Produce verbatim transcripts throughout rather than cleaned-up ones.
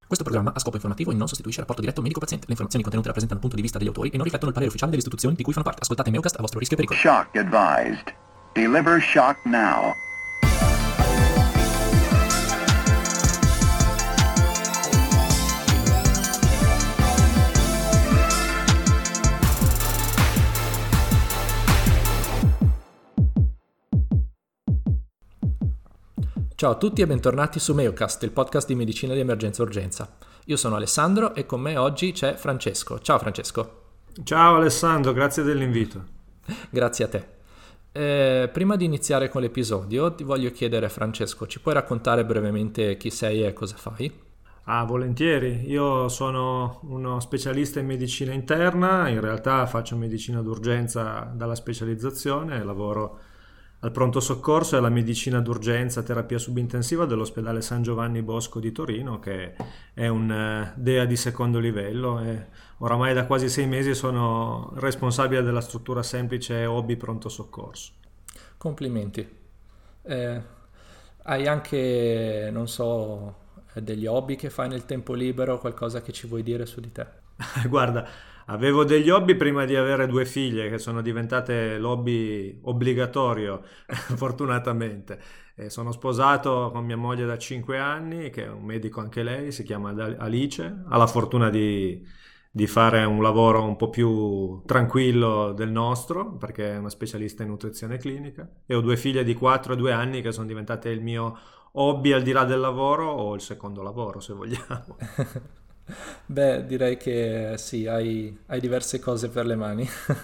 Questo programma ha scopo informativo e non sostituisce il rapporto diretto medico-paziente. Le informazioni contenute rappresentano il punto di vista degli autori e non riflettono il parere ufficiale delle istituzioni di cui fanno parte. Ascoltate Meocast a vostro rischio e pericolo. Shock advised. Deliver shock now. Ciao a tutti e bentornati su Meocast, il podcast di medicina di emergenza urgenza. Io sono Alessandro e con me oggi c'è Francesco. Ciao Francesco. Ciao Alessandro, grazie dell'invito. Grazie a te. Eh, prima di iniziare con l'episodio ti voglio chiedere, Francesco, ci puoi raccontare brevemente chi sei e cosa fai? Ah, volentieri. Io sono uno specialista in medicina interna, in realtà faccio medicina d'urgenza dalla specializzazione, lavoro al pronto soccorso e alla medicina d'urgenza terapia subintensiva dell'ospedale San Giovanni Bosco di Torino, che è un D E A di secondo livello, e oramai da quasi sei mesi sono responsabile della struttura semplice O B I pronto soccorso. Complimenti. Eh, hai anche, non so, degli hobby che fai nel tempo libero, qualcosa che ci vuoi dire su di te? Guarda, avevo degli hobby prima di avere due figlie che sono diventate l'hobby obbligatorio, fortunatamente. E sono sposato con mia moglie da cinque anni, che è un medico anche lei, si chiama Alice. Ha la fortuna di, di fare un lavoro un po' più tranquillo del nostro, perché è una specialista in nutrizione clinica. E ho due figlie di quattro e due anni che sono diventate il mio hobby al di là del lavoro, o il secondo lavoro, se vogliamo. Beh, direi che sì, hai, hai diverse cose per le mani.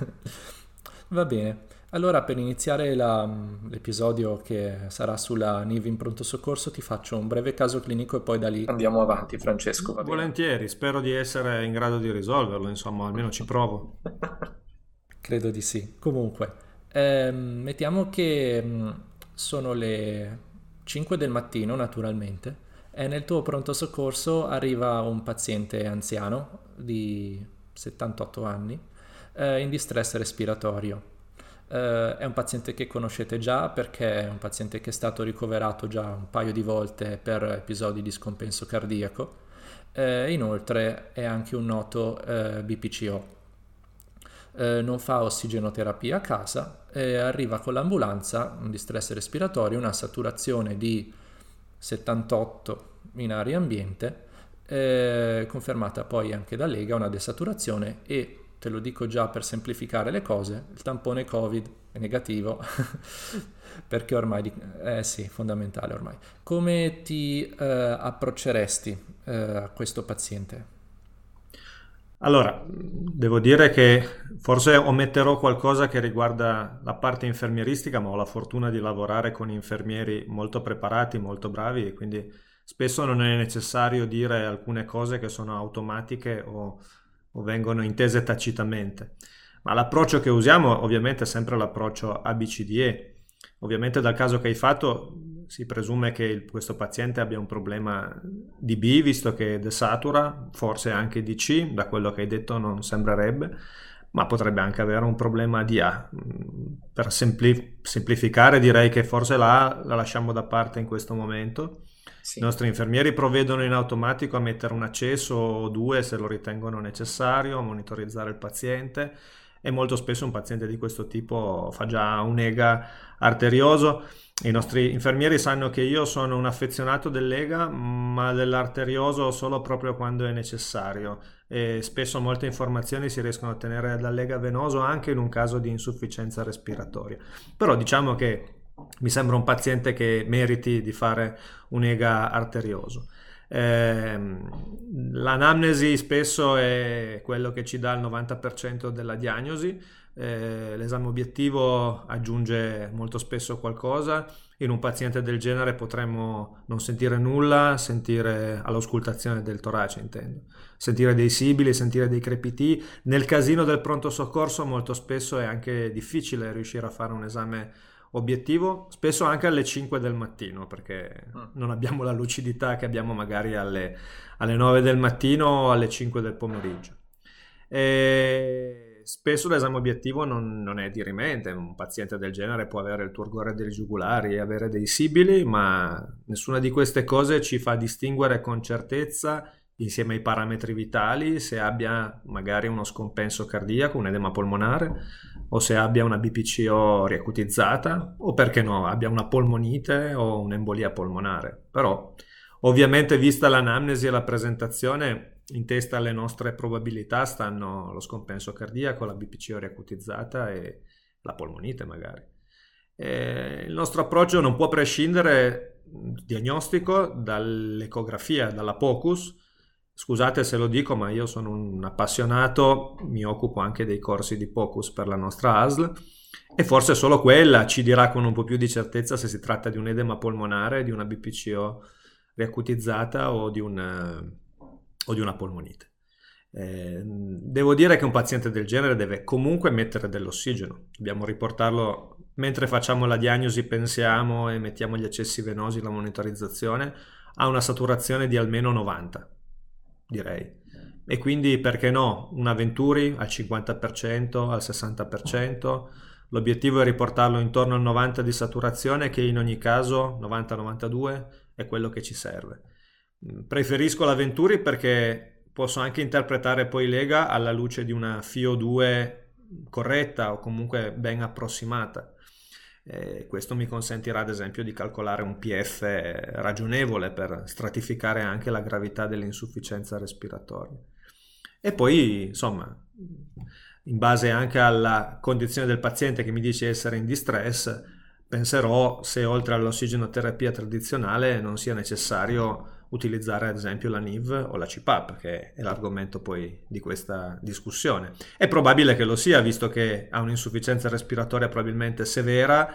Va bene. Allora, per iniziare la, l'episodio che sarà sulla N I V in pronto soccorso, ti faccio un breve caso clinico e poi da lì andiamo avanti, Francesco. Va bene? Volentieri, spero di essere in grado di risolverlo, insomma, almeno ci provo. Credo di sì. Comunque, ehm, mettiamo che mh, sono le cinque del mattino, naturalmente. E nel tuo pronto soccorso arriva un paziente anziano di settantotto anni eh, in distress respiratorio. Eh, è un paziente che conoscete già perché è un paziente che è stato ricoverato già un paio di volte per episodi di scompenso cardiaco. Eh, inoltre è anche un noto eh, B P C O. Eh, non fa ossigenoterapia a casa e arriva con l'ambulanza, un distress respiratorio, una saturazione di settantotto in aria ambiente, eh, confermata poi anche da Lega, una desaturazione, e te lo dico già per semplificare le cose, il tampone Covid è negativo perché ormai eh sì, fondamentale ormai. Come ti eh, approcceresti eh, a questo paziente? Allora, devo dire che forse ometterò qualcosa che riguarda la parte infermieristica, ma ho la fortuna di lavorare con infermieri molto preparati, molto bravi, e quindi spesso non è necessario dire alcune cose che sono automatiche o, o vengono intese tacitamente. Ma l'approccio che usiamo ovviamente è sempre l'approccio A B C D E. Ovviamente dal caso che hai fatto si presume che il, questo paziente abbia un problema di B, visto che desatura, forse anche di C, da quello che hai detto non sembrerebbe, ma potrebbe anche avere un problema di A. Per sempli- semplificare direi che forse la A la lasciamo da parte in questo momento. Sì. I nostri infermieri provvedono in automatico a mettere un accesso o due se lo ritengono necessario, a monitorizzare il paziente, e molto spesso un paziente di questo tipo fa già un E G A arterioso. I nostri infermieri sanno che io sono un affezionato dell'E G A, ma dell'arterioso solo proprio quando è necessario, e spesso molte informazioni si riescono a ottenere dall'E G A venoso anche in un caso di insufficienza respiratoria. Però diciamo che mi sembra un paziente che meriti di fare un E G A arterioso. Eh, l'anamnesi spesso è quello che ci dà il novanta per cento della diagnosi. Eh, l'esame obiettivo aggiunge molto spesso qualcosa. In un paziente del genere potremmo non sentire nulla, sentire all'auscultazione del torace, intendo, sentire dei sibili, sentire dei crepiti. Nel casino del pronto soccorso molto spesso è anche difficile riuscire a fare un esame obiettivo, spesso anche alle cinque del mattino, perché non abbiamo la lucidità che abbiamo magari alle, alle nove del mattino o alle cinque del pomeriggio. E spesso l'esame obiettivo non, non è dirimente. Un paziente del genere può avere il turgore dei giugulari e avere dei sibili, ma nessuna di queste cose ci fa distinguere con certezza insieme ai parametri vitali, se abbia magari uno scompenso cardiaco, un edema polmonare, o se abbia una B P C O riacutizzata, o perché no, abbia una polmonite o un'embolia polmonare. Però ovviamente, vista l'anamnesi e la presentazione, in testa alle nostre probabilità stanno lo scompenso cardiaco, la B P C O riacutizzata e la polmonite magari. E il nostro approccio non può prescindere, diagnostico, dall'ecografia, dalla POCUS. Scusate se lo dico, ma io sono un appassionato, mi occupo anche dei corsi di POCUS per la nostra A S L, e forse solo quella ci dirà con un po' più di certezza se si tratta di un edema polmonare, di una B P C O riacutizzata o di una, o di una polmonite. Eh, devo dire che un paziente del genere deve comunque mettere dell'ossigeno. Dobbiamo riportarlo mentre facciamo la diagnosi, pensiamo e mettiamo gli accessi venosi, la monitorizzazione, a una saturazione di almeno novanta, direi. E quindi perché no, una Venturi al cinquanta per cento, al sessanta per cento. L'obiettivo è riportarlo intorno al novanta di saturazione, che in ogni caso novanta novantadue è quello che ci serve. Preferisco la Venturi perché posso anche interpretare poi l'Ega alla luce di una F I O due corretta o comunque ben approssimata. Eh, questo mi consentirà ad esempio di calcolare un P F ragionevole per stratificare anche la gravità dell'insufficienza respiratoria. E poi, insomma, in base anche alla condizione del paziente che mi dice essere in distress, penserò se oltre all'ossigenoterapia tradizionale non sia necessario utilizzare ad esempio la N I V o la C PAP, che è l'argomento poi di questa discussione. È probabile che lo sia, visto che ha un'insufficienza respiratoria probabilmente severa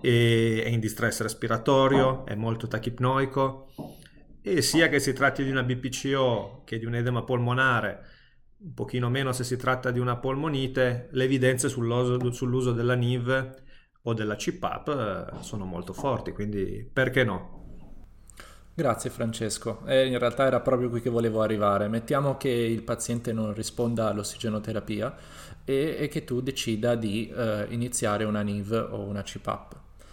e è in distress respiratorio, è molto tachipnoico, e sia che si tratti di una B P C O che di un edema polmonare, un pochino meno se si tratta di una polmonite, le evidenze sull'uso, sull'uso della N I V o della C PAP sono molto forti, quindi perché no? Grazie Francesco, eh, in realtà era proprio qui che volevo arrivare. Mettiamo che il paziente non risponda all'ossigenoterapia e, e che tu decida di eh, iniziare una N I V o una C PAP.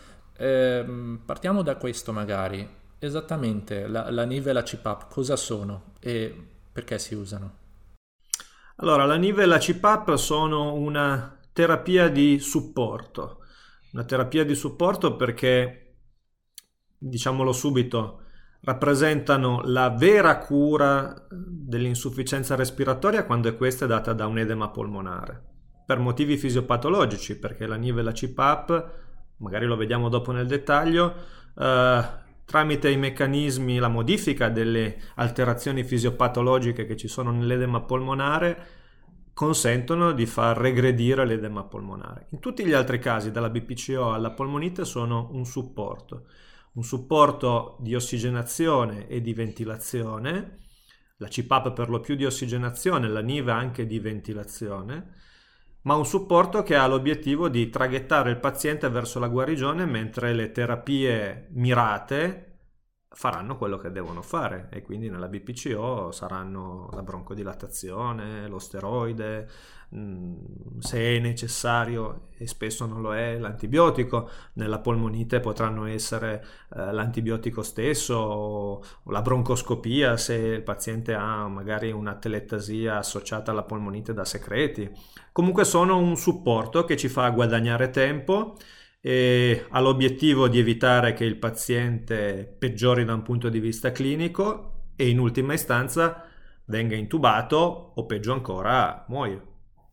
Eh, partiamo da questo magari. Esattamente, la, la N I V e la C PAP cosa sono e perché si usano? Allora, la N I V e la C PAP sono una terapia di supporto. Una terapia di supporto perché, diciamolo subito, rappresentano la vera cura dell'insufficienza respiratoria quando è questa è data da un edema polmonare, per motivi fisiopatologici, perché la N I V e la C PAP, magari lo vediamo dopo nel dettaglio, eh, tramite i meccanismi, la modifica delle alterazioni fisiopatologiche che ci sono nell'edema polmonare, consentono di far regredire l'edema polmonare. In tutti gli altri casi, dalla B P C O alla polmonite, sono un supporto. Un supporto di ossigenazione e di ventilazione, la C PAP per lo più di ossigenazione, la N I V anche di ventilazione, ma un supporto che ha l'obiettivo di traghettare il paziente verso la guarigione, mentre le terapie mirate faranno quello che devono fare, e quindi nella B P C O saranno la broncodilatazione, lo steroide, se è necessario, e spesso non lo è, l'antibiotico. Nella polmonite potranno essere eh, l'antibiotico stesso o, o la broncoscopia se il paziente ha magari una teletasia associata alla polmonite da secreti. Comunque sono un supporto che ci fa guadagnare tempo e ha l'obiettivo di evitare che il paziente peggiori da un punto di vista clinico e in ultima istanza venga intubato o peggio ancora muoia.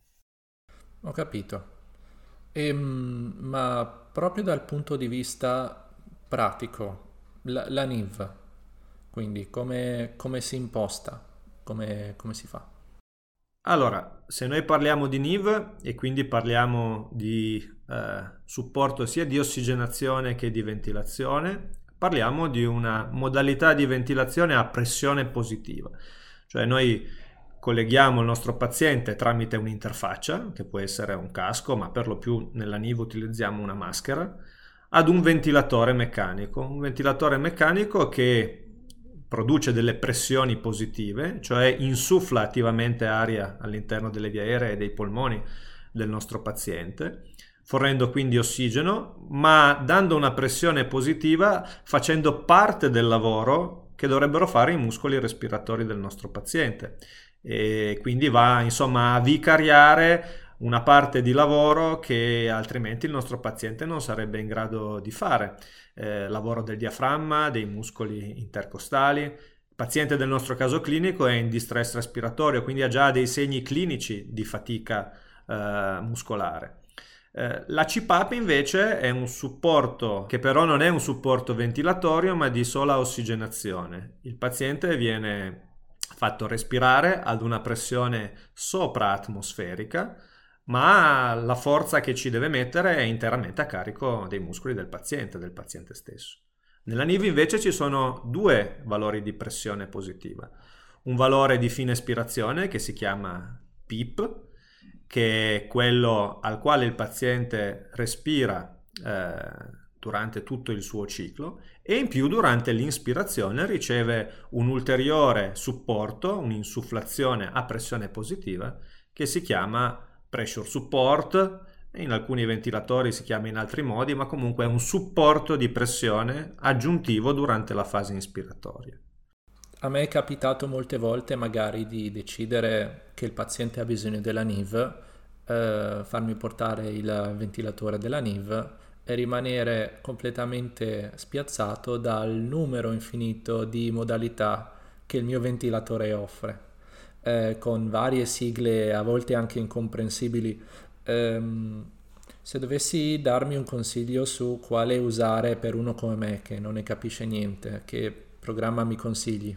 Ho capito. E, ma proprio dal punto di vista pratico, la, la N I V, quindi come, come si imposta, come, come si fa? Allora, se noi parliamo di N I V e quindi parliamo di eh, supporto sia di ossigenazione che di ventilazione, parliamo di una modalità di ventilazione a pressione positiva. Cioè noi colleghiamo il nostro paziente tramite un'interfaccia, che può essere un casco, ma per lo più nella N I V utilizziamo una maschera, ad un ventilatore meccanico. Un ventilatore meccanico che produce delle pressioni positive, cioè insuffla attivamente aria all'interno delle vie aeree e dei polmoni del nostro paziente, fornendo quindi ossigeno, ma dando una pressione positiva, facendo parte del lavoro che dovrebbero fare i muscoli respiratori del nostro paziente, e quindi va insomma a vicariare una parte di lavoro che altrimenti il nostro paziente non sarebbe in grado di fare, eh, lavoro del diaframma, dei muscoli intercostali. Il paziente del nostro caso clinico è in distress respiratorio, quindi ha già dei segni clinici di fatica eh, muscolare. Eh, la C PAP invece è un supporto che però non è un supporto ventilatorio ma di sola ossigenazione. Il paziente viene fatto respirare ad una pressione sopra-atmosferica, ma la forza che ci deve mettere è interamente a carico dei muscoli del paziente, del paziente stesso. Nella N I V invece ci sono due valori di pressione positiva. Un valore di fine espirazione che si chiama P I P, che è quello al quale il paziente respira eh, durante tutto il suo ciclo, e in più durante l'inspirazione riceve un ulteriore supporto, un'insufflazione a pressione positiva, che si chiama pressure support. In alcuni ventilatori si chiama in altri modi, ma comunque è un supporto di pressione aggiuntivo durante la fase inspiratoria. A me è capitato molte volte magari di decidere che il paziente ha bisogno della N I V, eh, farmi portare il ventilatore della N I V e rimanere completamente spiazzato dal numero infinito di modalità che il mio ventilatore offre, eh, con varie sigle a volte anche incomprensibili. Um, se dovessi darmi un consiglio su quale usare per uno come me che non ne capisce niente, che programma mi consigli?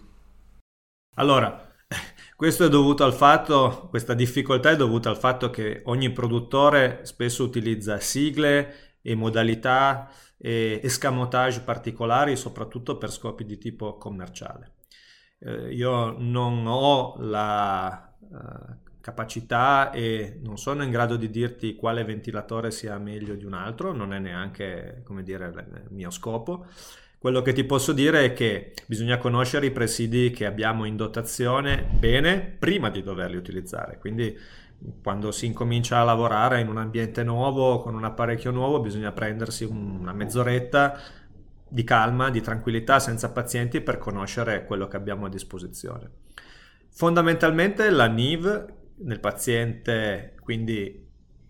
Allora, questo è dovuto al fatto, questa difficoltà è dovuta al fatto che ogni produttore spesso utilizza sigle e modalità e escamotage particolari, soprattutto per scopi di tipo commerciale. Eh, io non ho la uh, capacità e non sono in grado di dirti quale ventilatore sia meglio di un altro, non è neanche, come dire, il mio scopo. Quello che ti posso dire è che bisogna conoscere i presidi che abbiamo in dotazione bene prima di doverli utilizzare, quindi quando si incomincia a lavorare in un ambiente nuovo, con un apparecchio nuovo, bisogna prendersi una mezz'oretta di calma, di tranquillità, senza pazienti, per conoscere quello che abbiamo a disposizione. Fondamentalmente la N I V nel paziente, quindi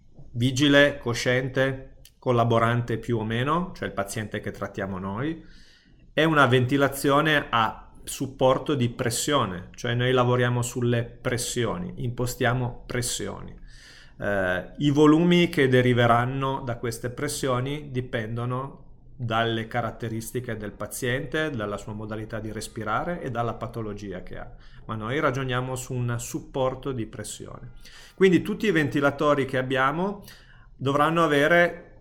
vigile, cosciente, collaborante più o meno, cioè il paziente che trattiamo noi, è una ventilazione a supporto di pressione, cioè noi lavoriamo sulle pressioni, impostiamo pressioni. Eh, I volumi che deriveranno da queste pressioni dipendono dalle caratteristiche del paziente, dalla sua modalità di respirare e dalla patologia che ha, ma noi ragioniamo su un supporto di pressione. Quindi tutti i ventilatori che abbiamo dovranno avere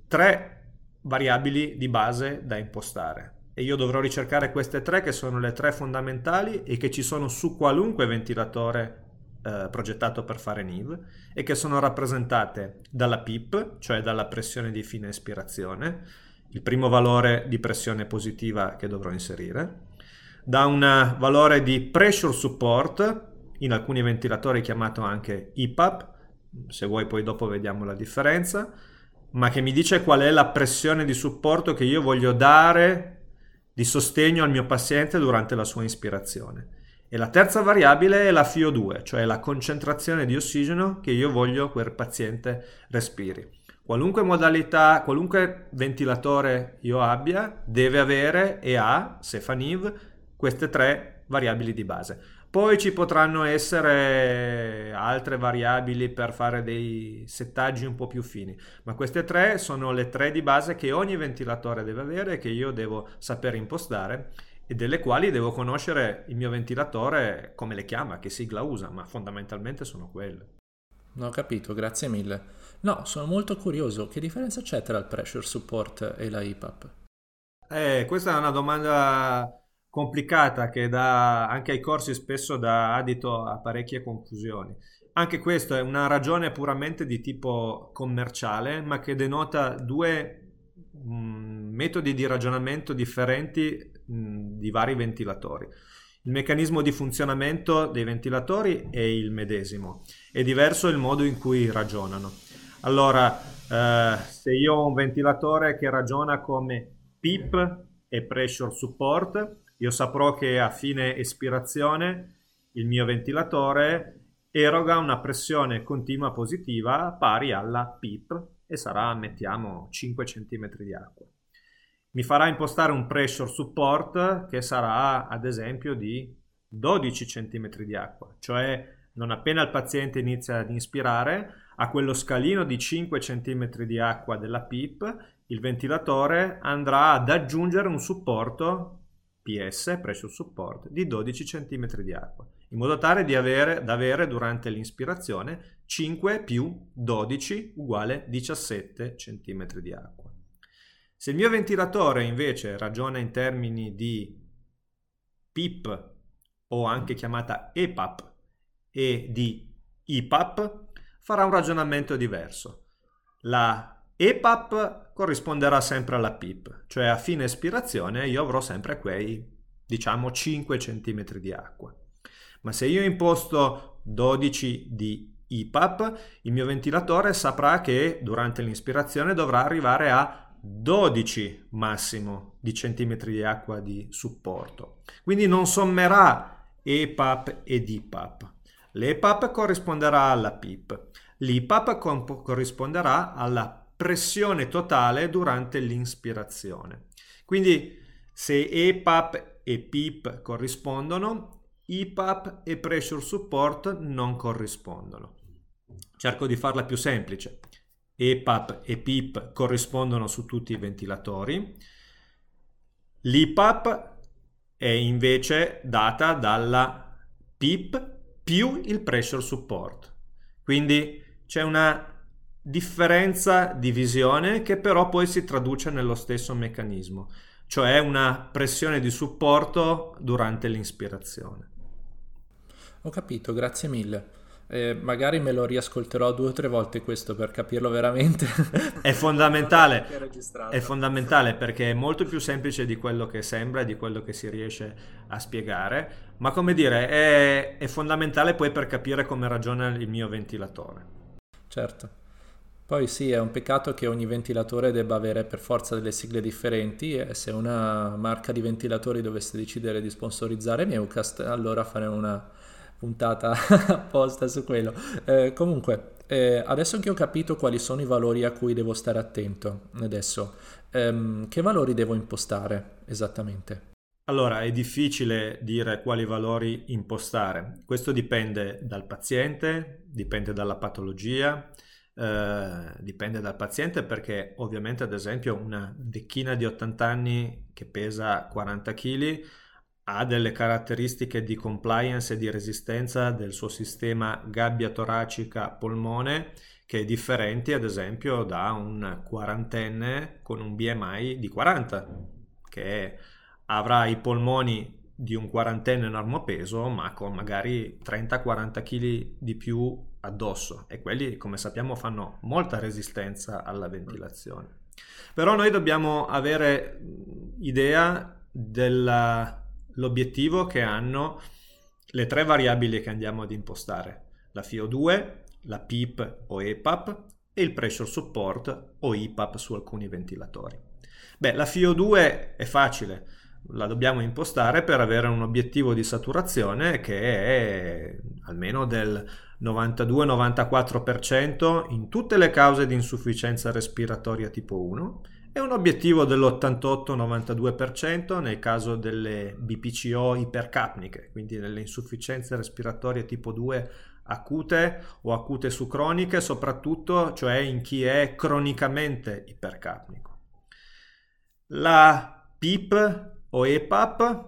tre variabili di base da impostare e io dovrò ricercare queste tre, che sono le tre fondamentali e che ci sono su qualunque ventilatore eh, progettato per fare N I V, e che sono rappresentate dalla P I P, cioè dalla pressione di fine espirazione, il primo valore di pressione positiva che dovrò inserire, da un valore di pressure support, in alcuni ventilatori chiamato anche I P A P, se vuoi poi dopo vediamo la differenza, ma che mi dice qual è la pressione di supporto che io voglio dare di sostegno al mio paziente durante la sua ispirazione. E la terza variabile è la F I O due, cioè la concentrazione di ossigeno che io voglio quel paziente respiri. Qualunque modalità, qualunque ventilatore io abbia, deve avere e ha, se fa N I V, queste tre variabili di base. Poi ci potranno essere altre variabili per fare dei settaggi un po' più fini, ma queste tre sono le tre di base che ogni ventilatore deve avere, che io devo sapere impostare e delle quali devo conoscere il mio ventilatore come le chiama, che sigla usa, ma fondamentalmente sono quelle. Non ho capito, grazie mille. No, sono molto curioso. Che differenza c'è tra il pressure support e la I P A P? Eh, questa è una domanda complicata che dà anche ai corsi spesso dà adito a parecchie confusioni. Anche questa è una ragione puramente di tipo commerciale, ma che denota due mh, metodi di ragionamento differenti mh, di vari ventilatori. Il meccanismo di funzionamento dei ventilatori è il medesimo, è diverso il modo in cui ragionano. Allora, eh, se io ho un ventilatore che ragiona come P I P e pressure support, io saprò che a fine espirazione il mio ventilatore eroga una pressione continua positiva pari alla P I P e sarà, mettiamo, cinque centimetri di acqua. Mi farà impostare un pressure support che sarà ad esempio di dodici centimetri di acqua, cioè non appena il paziente inizia ad inspirare, a quello scalino di cinque centimetri di acqua della P I P, il ventilatore andrà ad aggiungere un supporto P S, pressure support, di dodici centimetri di acqua, in modo tale di avere, da avere durante l'inspirazione cinque più dodici uguale diciassette centimetri di acqua. Se il mio ventilatore invece ragiona in termini di P I P o anche chiamata E P A P e di I P A P, farà un ragionamento diverso. La E P A P corrisponderà sempre alla P I P, cioè a fine espirazione io avrò sempre quei, diciamo, cinque centimetri di acqua. Ma se io imposto dodici di I P A P, il mio ventilatore saprà che durante l'inspirazione dovrà arrivare a dodici massimo di centimetri di acqua di supporto. Quindi non sommerà E P A P ed I P A P. L'E P A P corrisponderà alla P I P. L'I P A P corrisponderà alla pressione totale durante l'inspirazione. Quindi se E P A P e P I P corrispondono, I P A P e pressure support non corrispondono. Cerco di farla più semplice. E P A P e P I P corrispondono su tutti i ventilatori. L'I P A P è invece data dalla P I P più il pressure support. Quindi c'è una differenza di visione che però poi si traduce nello stesso meccanismo, cioè una pressione di supporto durante l'inspirazione. Ho capito, grazie mille. Eh, magari me lo riascolterò due o tre volte questo per capirlo veramente. È fondamentale, è fondamentale perché è molto più semplice di quello che sembra e di quello che si riesce a spiegare, ma come dire, è, è fondamentale poi per capire come ragiona il mio ventilatore. Certo. Poi sì, è un peccato che ogni ventilatore debba avere per forza delle sigle differenti e se una marca di ventilatori dovesse decidere di sponsorizzare Newcast, allora faremo una puntata apposta su quello. Eh, comunque, eh, adesso che ho capito quali sono i valori a cui devo stare attento, adesso, ehm, che valori devo impostare esattamente? Allora, è difficile dire quali valori impostare. Questo dipende dal paziente, dipende dalla patologia, eh, dipende dal paziente perché ovviamente ad esempio una vecchina di ottanta anni che pesa quaranta chili ha delle caratteristiche di compliance e di resistenza del suo sistema gabbia toracica polmone che è differente ad esempio da un quarantenne con un B M I di quaranta che avrà i polmoni di un quarantenne normopeso ma con magari trenta quaranta chili di più addosso e quelli come sappiamo fanno molta resistenza alla ventilazione. Però noi dobbiamo avere idea dell'obiettivo che hanno le tre variabili che andiamo ad impostare: la F i O due, la P I P o E P A P e il pressure support o I P A P su alcuni ventilatori. Beh, la F i O due è facile, la dobbiamo impostare per avere un obiettivo di saturazione che è almeno del novantadue novantaquattro per cento in tutte le cause di insufficienza respiratoria tipo uno e un obiettivo dell'ottantotto novantadue per cento nel caso delle B P C O ipercapniche, quindi nelle insufficienze respiratorie tipo due acute o acute su croniche, soprattutto cioè in chi è cronicamente ipercapnico. La P I P o E P A P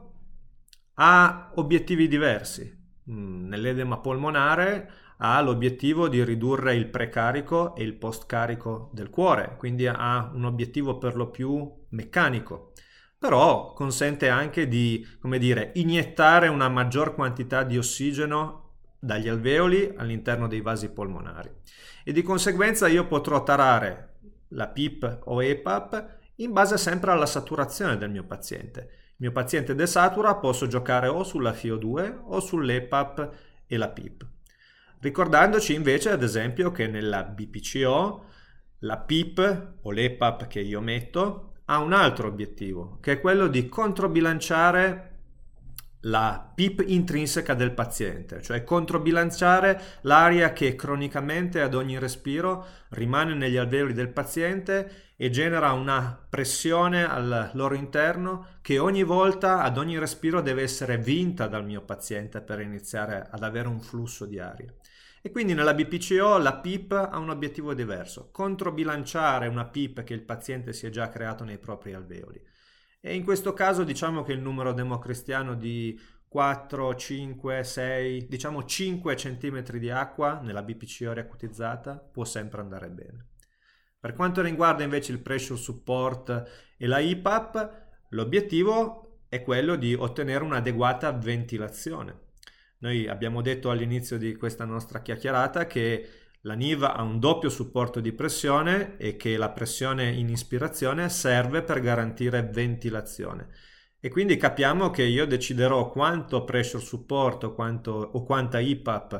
ha obiettivi diversi. Nell'edema polmonare ha l'obiettivo di ridurre il precarico e il postcarico del cuore, quindi ha un obiettivo per lo più meccanico, però consente anche di, come dire, iniettare una maggior quantità di ossigeno dagli alveoli all'interno dei vasi polmonari e di conseguenza io potrò tarare la P I P o E P A P in base sempre alla saturazione del mio paziente. Il mio paziente desatura, posso giocare o sulla F i O due o sull'E P A P e la P I P. Ricordandoci invece ad esempio che nella B P C O la P I P o l'E P A P che io metto ha un altro obiettivo, che è quello di controbilanciare la P I P intrinseca del paziente, cioè controbilanciare l'aria che cronicamente ad ogni respiro rimane negli alveoli del paziente e genera una pressione al loro interno che ogni volta, ad ogni respiro, deve essere vinta dal mio paziente per iniziare ad avere un flusso di aria. E quindi nella B P C O la P I P ha un obiettivo diverso: controbilanciare una P I P che il paziente si è già creato nei propri alveoli. E in questo caso diciamo che il numero democristiano di quattro, cinque, sei, diciamo cinque centimetri di acqua nella B P C O riacutizzata può sempre andare bene. Per quanto riguarda invece il pressure support e la I P A P, l'obiettivo è quello di ottenere un'adeguata ventilazione. Noi abbiamo detto all'inizio di questa nostra chiacchierata che la N I V ha un doppio supporto di pressione e che la pressione in ispirazione serve per garantire ventilazione. E quindi capiamo che io deciderò quanto pressure support o, quanto, o quanta I P A P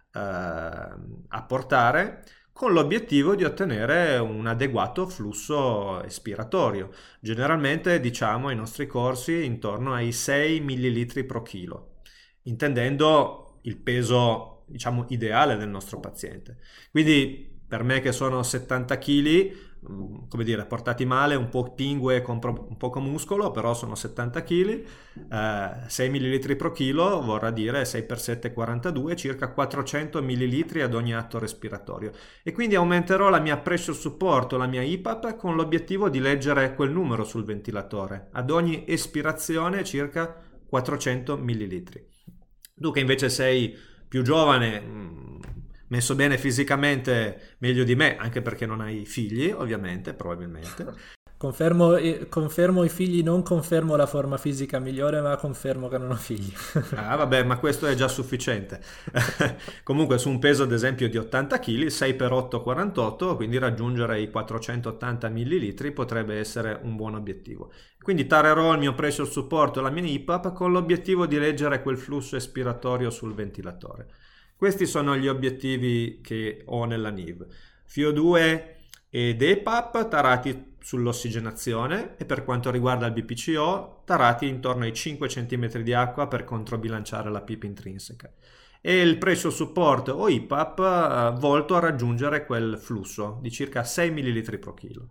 eh, apportare, con l'obiettivo di ottenere un adeguato flusso espiratorio. Generalmente diciamo ai nostri corsi intorno ai sei millilitri pro chilo, intendendo il peso, diciamo, ideale del nostro paziente. Quindi per me che sono settanta chili, come dire, portati male, un po' pingue con pro- un poco muscolo, però sono settanta chili, eh, sei millilitri pro chilo vorrà dire sei per sette quarantadue, circa quattrocento millilitri ad ogni atto respiratorio. E quindi aumenterò la mia pressure support, la mia I P A P, con l'obiettivo di leggere quel numero sul ventilatore, ad ogni espirazione circa quattrocento millilitri. Tu che invece sei più giovane, messo bene fisicamente meglio di me, anche perché non hai figli, ovviamente, probabilmente. Confermo, confermo i figli, non confermo la forma fisica migliore, ma confermo che non ho figli. Ah, vabbè, ma questo è già sufficiente. Comunque su un peso ad esempio di ottanta chili, sei per otto quarantotto, quindi raggiungere i quattrocentottanta millilitri potrebbe essere un buon obiettivo. Quindi tarerò il mio pressure support e la mia I P A P con l'obiettivo di leggere quel flusso espiratorio sul ventilatore. Questi sono gli obiettivi che ho nella N I V. F I O due ed E P A P tarati sull'ossigenazione e per quanto riguarda il B P C O tarati intorno ai cinque centimetri di acqua per controbilanciare la P I P intrinseca. E il pressure support o I P A P eh, volto a raggiungere quel flusso di circa sei millilitri pro chilo.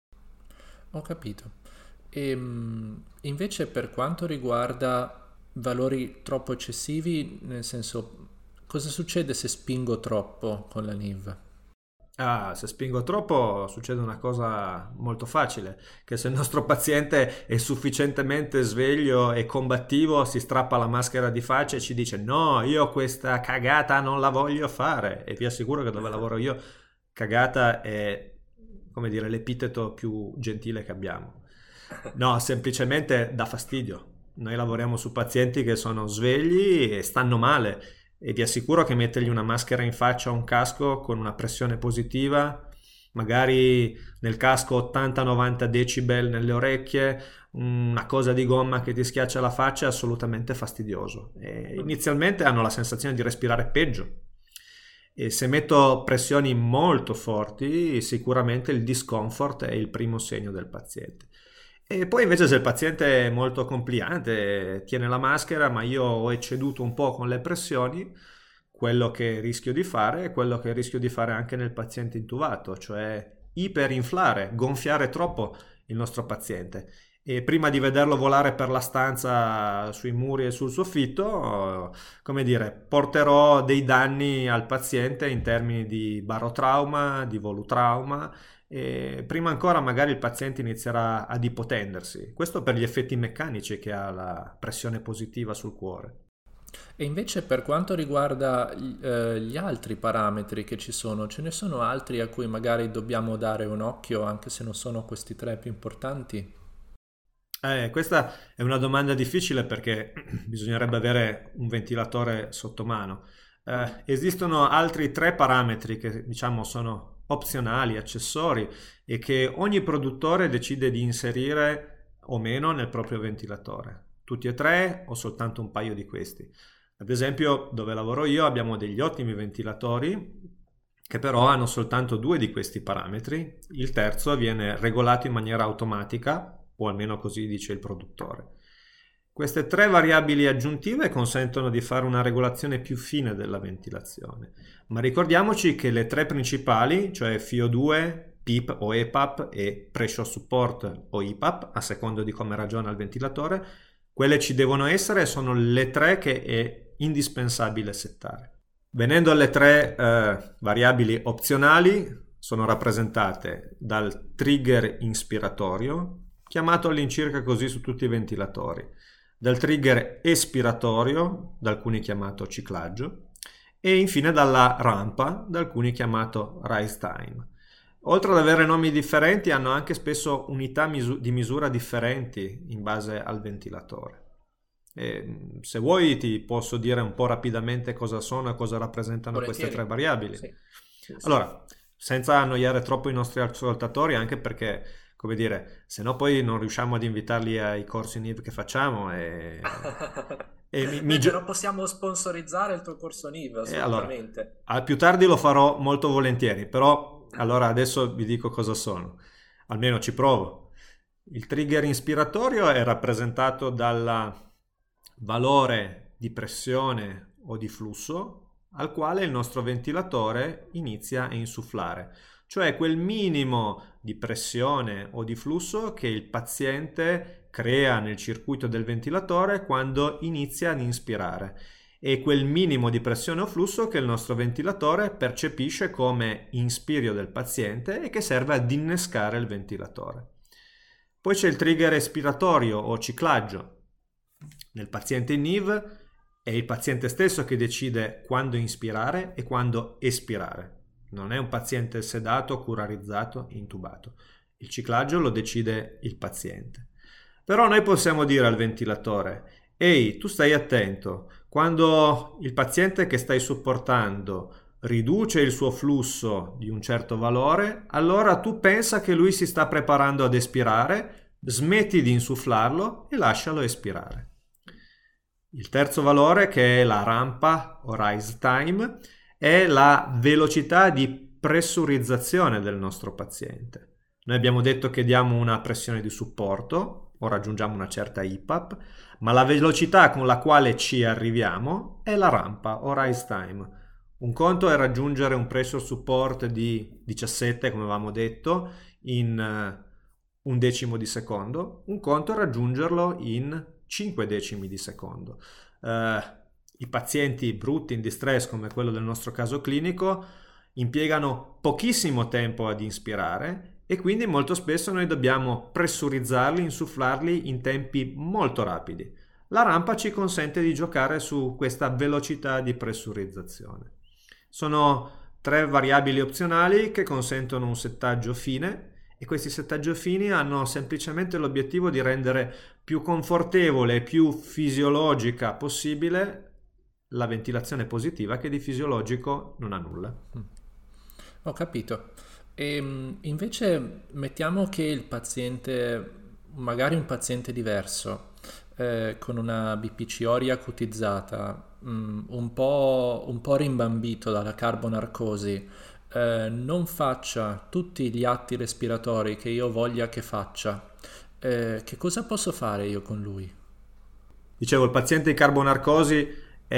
Ho capito. E, invece per quanto riguarda valori troppo eccessivi, nel senso, cosa succede se spingo troppo con la N I V? Ah, se spingo troppo succede una cosa molto facile, che se il nostro paziente è sufficientemente sveglio e combattivo si strappa la maschera di faccia e ci dice no, io questa cagata non la voglio fare, e vi assicuro che dove lavoro io cagata è, come dire, l'epiteto più gentile che abbiamo. No, semplicemente dà fastidio. Noi lavoriamo su pazienti che sono svegli e stanno male e vi assicuro che mettergli una maschera in faccia o un casco con una pressione positiva, magari nel casco ottanta novanta decibel nelle orecchie, una cosa di gomma che ti schiaccia la faccia, è assolutamente fastidioso. E inizialmente hanno la sensazione di respirare peggio. E se metto pressioni molto forti, sicuramente il discomfort è il primo segno del paziente. E poi invece se il paziente è molto compliante, tiene la maschera, ma io ho ecceduto un po' con le pressioni, quello che rischio di fare è quello che rischio di fare anche nel paziente intubato, cioè iperinflare, gonfiare troppo il nostro paziente. E prima di vederlo volare per la stanza, sui muri e sul soffitto, come dire, porterò dei danni al paziente in termini di barotrauma, di volutrauma, e prima ancora magari il paziente inizierà ad ipotendersi. Questo per gli effetti meccanici che ha la pressione positiva sul cuore. E invece per quanto riguarda eh, gli altri parametri che ci sono, ce ne sono altri a cui magari dobbiamo dare un occhio, anche se non sono questi tre più importanti? Eh, questa è una domanda difficile perché bisognerebbe avere un ventilatore sotto mano. Eh, esistono altri tre parametri che diciamo sono opzionali, accessori e che ogni produttore decide di inserire o meno nel proprio ventilatore. Tutti e tre o soltanto un paio di questi? Ad esempio, dove lavoro io abbiamo degli ottimi ventilatori che però hanno soltanto due di questi parametri. Il terzo viene regolato in maniera automatica, o almeno così dice il produttore. Queste tre variabili aggiuntive consentono di fare una regolazione più fine della ventilazione, ma ricordiamoci che le tre principali, cioè F I O due, P I P o E P A P e Pressure Support o I P A P, a seconda di come ragiona il ventilatore, quelle ci devono essere e sono le tre che è indispensabile settare. Venendo alle tre eh, variabili opzionali, sono rappresentate dal trigger inspiratorio, chiamato all'incirca così su tutti i ventilatori, dal trigger espiratorio, da alcuni chiamato ciclaggio, e infine dalla rampa, da alcuni chiamato rise time. Oltre ad avere nomi differenti, hanno anche spesso unità misu- di misura differenti in base al ventilatore. E se vuoi ti posso dire un po' rapidamente cosa sono e cosa rappresentano Volentieri. queste tre variabili. Sì, sì, sì. Allora, senza annoiare troppo i nostri ascoltatori, anche perché, come dire, se no poi non riusciamo ad invitarli ai corsi N I V che facciamo e, e mi, mi Invece gio- non possiamo sponsorizzare il tuo corso N I V, e allora, assolutamente. al più tardi lo farò molto volentieri, però allora adesso vi dico cosa sono, almeno ci provo. Il trigger inspiratorio è rappresentato dal valore di pressione o di flusso al quale il nostro ventilatore inizia a insufflare, cioè quel minimo di pressione o di flusso che il paziente crea nel circuito del ventilatore quando inizia ad inspirare, e quel minimo di pressione o flusso che il nostro ventilatore percepisce come inspirio del paziente e che serve ad innescare il ventilatore. Poi c'è il trigger espiratorio o ciclaggio. Nel paziente in N I V è il paziente stesso che decide quando inspirare e quando espirare. Non è un paziente sedato, curarizzato, intubato. Il ciclaggio lo decide il paziente. Però noi possiamo dire al ventilatore: ehi, tu stai attento, quando il paziente che stai supportando riduce il suo flusso di un certo valore, allora tu pensa che lui si sta preparando ad espirare, smetti di insufflarlo e lascialo espirare. Il terzo valore, che è la rampa o rise time, è la velocità di pressurizzazione del nostro paziente. Noi abbiamo detto che diamo una pressione di supporto o raggiungiamo una certa I P A P, ma la velocità con la quale ci arriviamo è la rampa o rise time. Un conto è raggiungere un pressure support di diciassette, come avevamo detto, in un decimo di secondo. Un conto è raggiungerlo in cinque decimi di secondo. Uh, I pazienti brutti in distress, come quello del nostro caso clinico, impiegano pochissimo tempo ad inspirare e quindi molto spesso noi dobbiamo pressurizzarli, insufflarli in tempi molto rapidi. La rampa ci consente di giocare su questa velocità di pressurizzazione. Sono tre variabili opzionali che consentono un settaggio fine, e questi settaggi fini hanno semplicemente l'obiettivo di rendere più confortevole e più fisiologica possibile la ventilazione positiva, che di fisiologico non ha nulla. Ho capito. E invece mettiamo che il paziente, magari un paziente diverso, eh, con una B P C O riacutizzata, mh, un po', un po' rimbambito dalla carbonarcosi, eh, non faccia tutti gli atti respiratori che io voglia che faccia, eh, che cosa posso fare io con lui? Dicevo, il paziente in carbonarcosi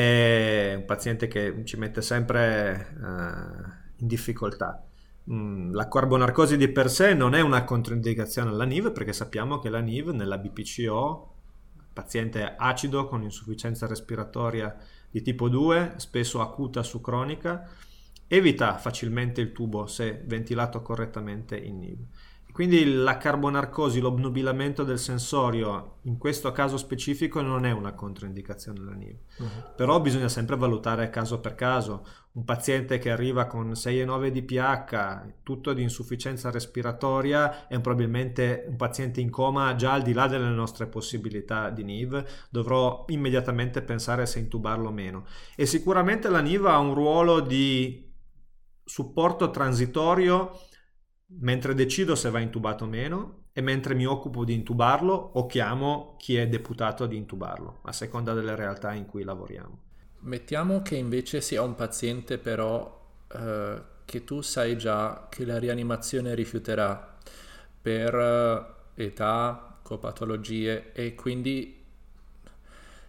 è un paziente che ci mette sempre eh, in difficoltà. Mm, la carbonarcosi di per sé non è una controindicazione alla N I V, perché sappiamo che la N I V nella B P C O, paziente acido con insufficienza respiratoria di tipo due, spesso acuta su cronica, evita facilmente il tubo se ventilato correttamente in N I V. Quindi la carbonarcosi, l'obnubilamento del sensorio in questo caso specifico non è una controindicazione alla N I V. Uh-huh. Però bisogna sempre valutare caso per caso. Un paziente che arriva con sei virgola nove di pH, tutto di insufficienza respiratoria, è probabilmente un paziente in coma già al di là delle nostre possibilità di N I V. Dovrò immediatamente pensare se intubarlo o meno. E sicuramente la N I V ha un ruolo di supporto transitorio mentre decido se va intubato o meno, e mentre mi occupo di intubarlo o chiamo chi è deputato di intubarlo, a seconda delle realtà in cui lavoriamo. Mettiamo che invece sia un paziente però eh, che tu sai già che la rianimazione rifiuterà per eh, età, copatologie, e quindi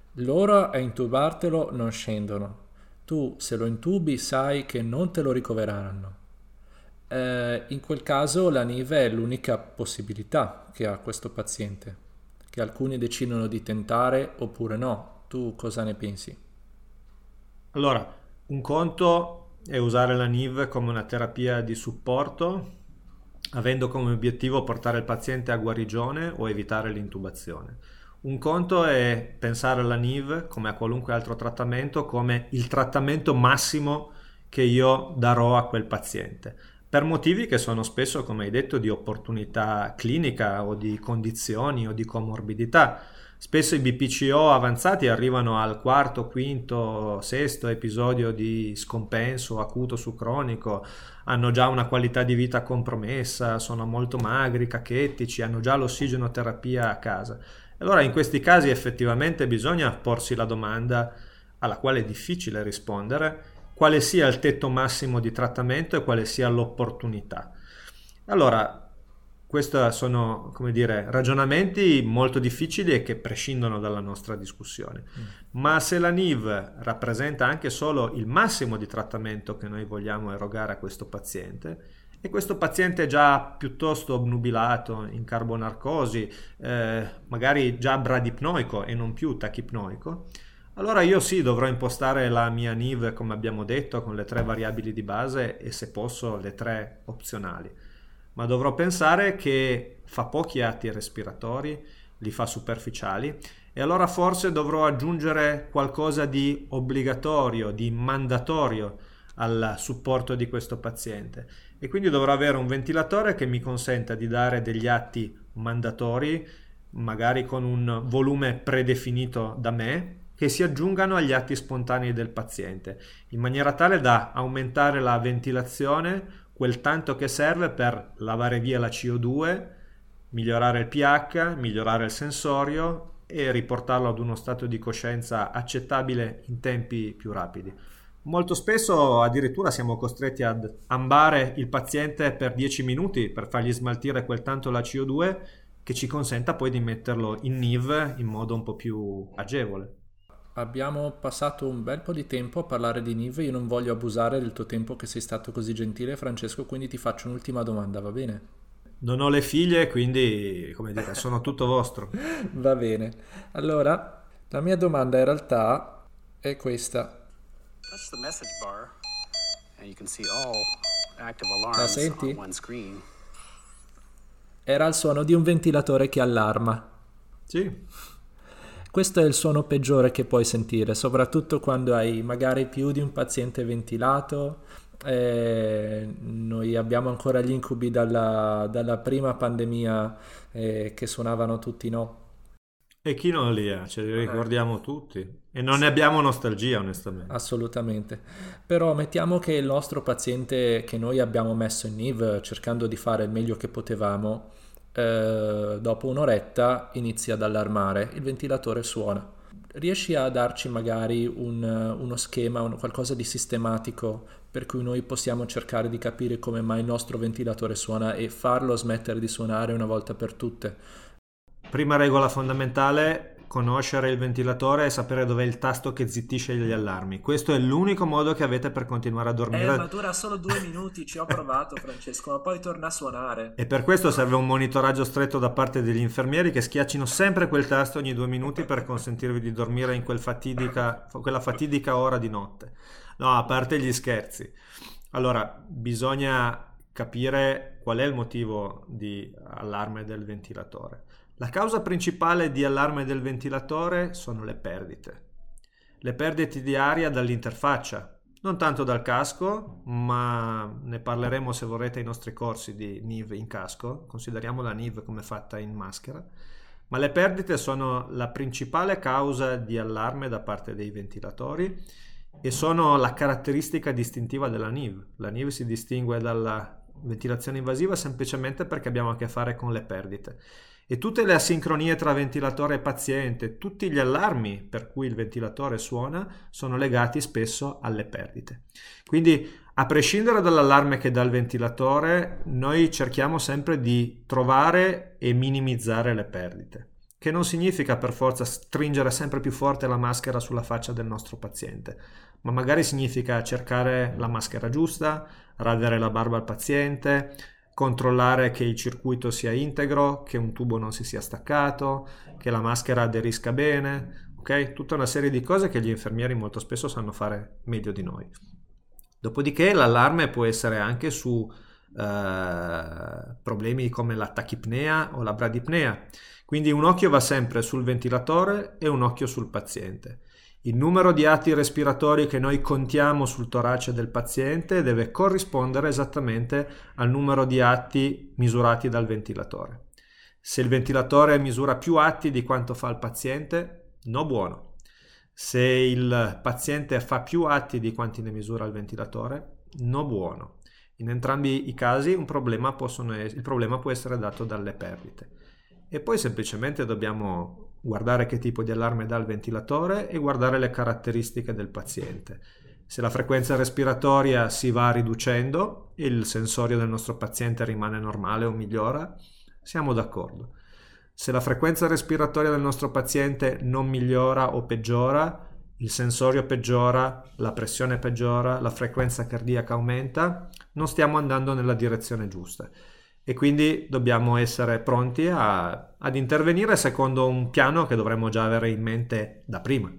Loro a intubartelo non scendono. Tu se lo intubi sai che non te lo ricovereranno. Eh, in quel caso la N I V è l'unica possibilità che ha questo paziente, che alcuni decidono di tentare oppure no. Tu cosa ne pensi? Allora, un conto è usare la N I V come una terapia di supporto, avendo come obiettivo portare il paziente a guarigione o evitare l'intubazione. Un conto è pensare alla N I V, come a qualunque altro trattamento, come il trattamento massimo che io darò a quel paziente, per motivi che sono spesso, come hai detto, di opportunità clinica o di condizioni o di comorbidità. Spesso i B P C O avanzati arrivano al quarto, quinto, sesto episodio di scompenso acuto su cronico, hanno già una qualità di vita compromessa, sono molto magri, cachettici, hanno già l'ossigenoterapia a casa. Allora in questi casi effettivamente bisogna porsi la domanda, alla quale è difficile rispondere, quale sia il tetto massimo di trattamento e quale sia l'opportunità. Allora, questi sono, come dire, ragionamenti molto difficili e che prescindono dalla nostra discussione. Mm. Ma se la N I V rappresenta anche solo il massimo di trattamento che noi vogliamo erogare a questo paziente, e questo paziente è già piuttosto obnubilato, in carbonarcosi, eh, magari già bradipnoico e non più tachipnoico, allora io sì dovrò impostare la mia N I V, come abbiamo detto, con le tre variabili di base e se posso le tre opzionali. Ma dovrò pensare che fa pochi atti respiratori, li fa superficiali, e allora forse dovrò aggiungere qualcosa di obbligatorio, di mandatorio al supporto di questo paziente. E quindi dovrò avere un ventilatore che mi consenta di dare degli atti mandatori, magari con un volume predefinito da me, che si aggiungano agli atti spontanei del paziente, in maniera tale da aumentare la ventilazione quel tanto che serve per lavare via la C O due, migliorare il pH, migliorare il sensorio e riportarlo ad uno stato di coscienza accettabile in tempi più rapidi. Molto spesso addirittura siamo costretti ad ambare il paziente per dieci minuti per fargli smaltire quel tanto la C O due che ci consenta poi di metterlo in N I V in modo un po' più agevole. Abbiamo passato un bel po' di tempo a parlare di N I V, io non voglio abusare del tuo tempo che sei stato così gentile, Francesco, quindi ti faccio un'ultima domanda, va bene? Non ho le figlie, quindi, come dire, sono tutto vostro. Va bene. Allora, la mia domanda in realtà è questa. That's the message bar, and you can see all active La alarms senti? on one screen. Era il suono di un ventilatore che allarma. Sì. Questo è il suono peggiore che puoi sentire, soprattutto quando hai magari più di un paziente ventilato. Eh, noi abbiamo ancora gli incubi dalla, dalla prima pandemia eh, che suonavano tutti no. E chi non li ha? Ce li ricordiamo tutti. E non ne abbiamo nostalgia, onestamente. Assolutamente. Però mettiamo che il nostro paziente che noi abbiamo messo in N I V cercando di fare il meglio che potevamo, eh, dopo un'oretta inizia ad allarmare, il ventilatore suona. Riesci a darci magari un, uno schema, un, qualcosa di sistematico per cui noi possiamo cercare di capire come mai il nostro ventilatore suona e farlo smettere di suonare una volta per tutte? Prima regola fondamentale: conoscere il ventilatore e sapere dov'è il tasto che zittisce gli allarmi. Questo è l'unico modo che avete per continuare a dormire. Eh, ma dura solo due minuti, ci ho provato, Francesco, ma poi torna a suonare. E per questo serve un monitoraggio stretto da parte degli infermieri che schiaccino sempre quel tasto ogni due minuti per consentirvi di dormire in quel fatidica, quella fatidica ora di notte. No, a parte gli scherzi. Allora, bisogna capire qual è il motivo di allarme del ventilatore. La causa principale di allarme del ventilatore sono le perdite. Le perdite di aria dall'interfaccia, non tanto dal casco, ma ne parleremo se vorrete ai nostri corsi di N I V in casco. Consideriamo la N I V come fatta in maschera. Ma le perdite sono la principale causa di allarme da parte dei ventilatori e sono la caratteristica distintiva della N I V. La N I V si distingue dalla ventilazione invasiva semplicemente perché abbiamo a che fare con le perdite. E tutte le asincronie tra ventilatore e paziente, tutti gli allarmi per cui il ventilatore suona sono legati spesso alle perdite. Quindi, a prescindere dall'allarme che dà il ventilatore, noi cerchiamo sempre di trovare e minimizzare le perdite. che non significa per forza stringere sempre più forte la maschera sulla faccia del nostro paziente, ma magari significa cercare la maschera giusta, radere la barba al paziente, controllare che il circuito sia integro, che un tubo non si sia staccato, che la maschera aderisca bene, ok? Tutta una serie di cose che gli infermieri molto spesso sanno fare meglio di noi. Dopodiché l'allarme può essere anche su eh, problemi come la tachipnea o la bradipnea. Quindi un occhio va sempre sul ventilatore e un occhio sul paziente. Il numero di atti respiratori che noi contiamo sul torace del paziente deve corrispondere esattamente al numero di atti misurati dal ventilatore. Se il ventilatore misura più atti di quanto fa il paziente, no buono. Se il paziente fa più atti di quanti ne misura il ventilatore, no buono. In entrambi i casi un problema possono, il problema può essere dato dalle perdite. E poi semplicemente dobbiamo guardare che tipo di allarme dà il ventilatore e guardare le caratteristiche del paziente. Se la frequenza respiratoria si va riducendo e il sensorio del nostro paziente rimane normale o migliora, siamo d'accordo. Se la frequenza respiratoria del nostro paziente non migliora o peggiora, il sensorio peggiora, la pressione peggiora, la frequenza cardiaca aumenta, non stiamo andando nella direzione giusta. E quindi dobbiamo essere pronti a, ad intervenire secondo un piano che dovremmo già avere in mente da prima.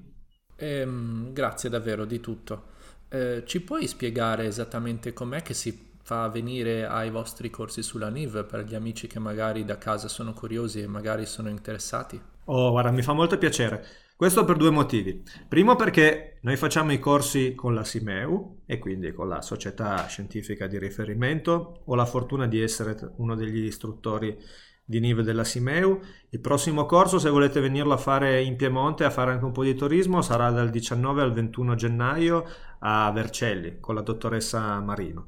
Ehm, grazie davvero di tutto. Eh, ci puoi spiegare esattamente com'è che si fa venire ai vostri corsi sulla N I V per gli amici che magari da casa sono curiosi e magari sono interessati? Oh, guarda, mi fa molto piacere. Questo per due motivi. Primo perché noi facciamo i corsi con la SIMEU e quindi con la società scientifica di riferimento. Ho la fortuna di essere uno degli istruttori di N I V della SIMEU. Il prossimo corso, se volete venirlo a fare in Piemonte, a fare anche un po' di turismo, sarà dal diciannove al ventuno gennaio a Vercelli con la dottoressa Marino.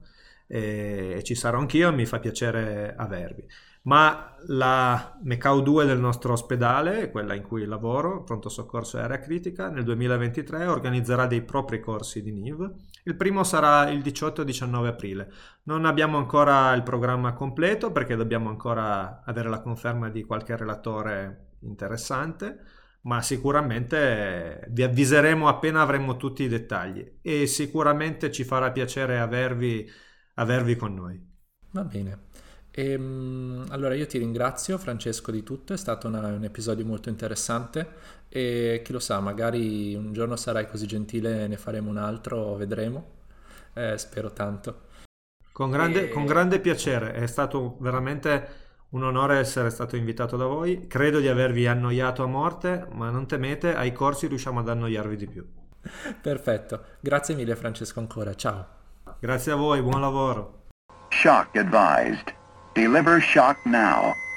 E ci sarò anch'io, mi fa piacere avervi. Ma la MECAU due del nostro ospedale, quella in cui lavoro, pronto soccorso e area critica, nel duemilaventitré organizzerà dei propri corsi di N I V. Il primo sarà il diciotto e diciannove aprile. Non abbiamo ancora il programma completo perché dobbiamo ancora avere la conferma di qualche relatore interessante, ma sicuramente vi avviseremo appena avremo tutti i dettagli e sicuramente ci farà piacere avervi, avervi con noi. Va bene. Ehm, allora io ti ringrazio Francesco di tutto, è stato una- un episodio molto interessante e chi lo sa, magari un giorno sarai così gentile e ne faremo un altro, vedremo. Eh, spero tanto. Con grande, E- con grande piacere, è stato veramente un onore essere stato invitato da voi. Credo di avervi annoiato a morte, ma non temete, ai corsi riusciamo ad annoiarvi di più. Perfetto, grazie mille Francesco ancora, ciao. Grazie a voi, buon lavoro. Shock advised. Deliver shock now.